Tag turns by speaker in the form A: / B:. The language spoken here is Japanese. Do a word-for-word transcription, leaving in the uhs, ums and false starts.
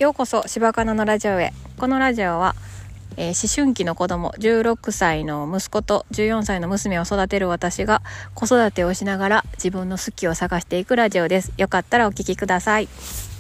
A: ようこそ柴かなのラジオへ。このラジオは、えー、思春期の子供じゅうろくさいの息子とじゅうよんさいの娘を育てる私が子育てをしながら自分の好きを探していくラジオです。よかったらお聞きください。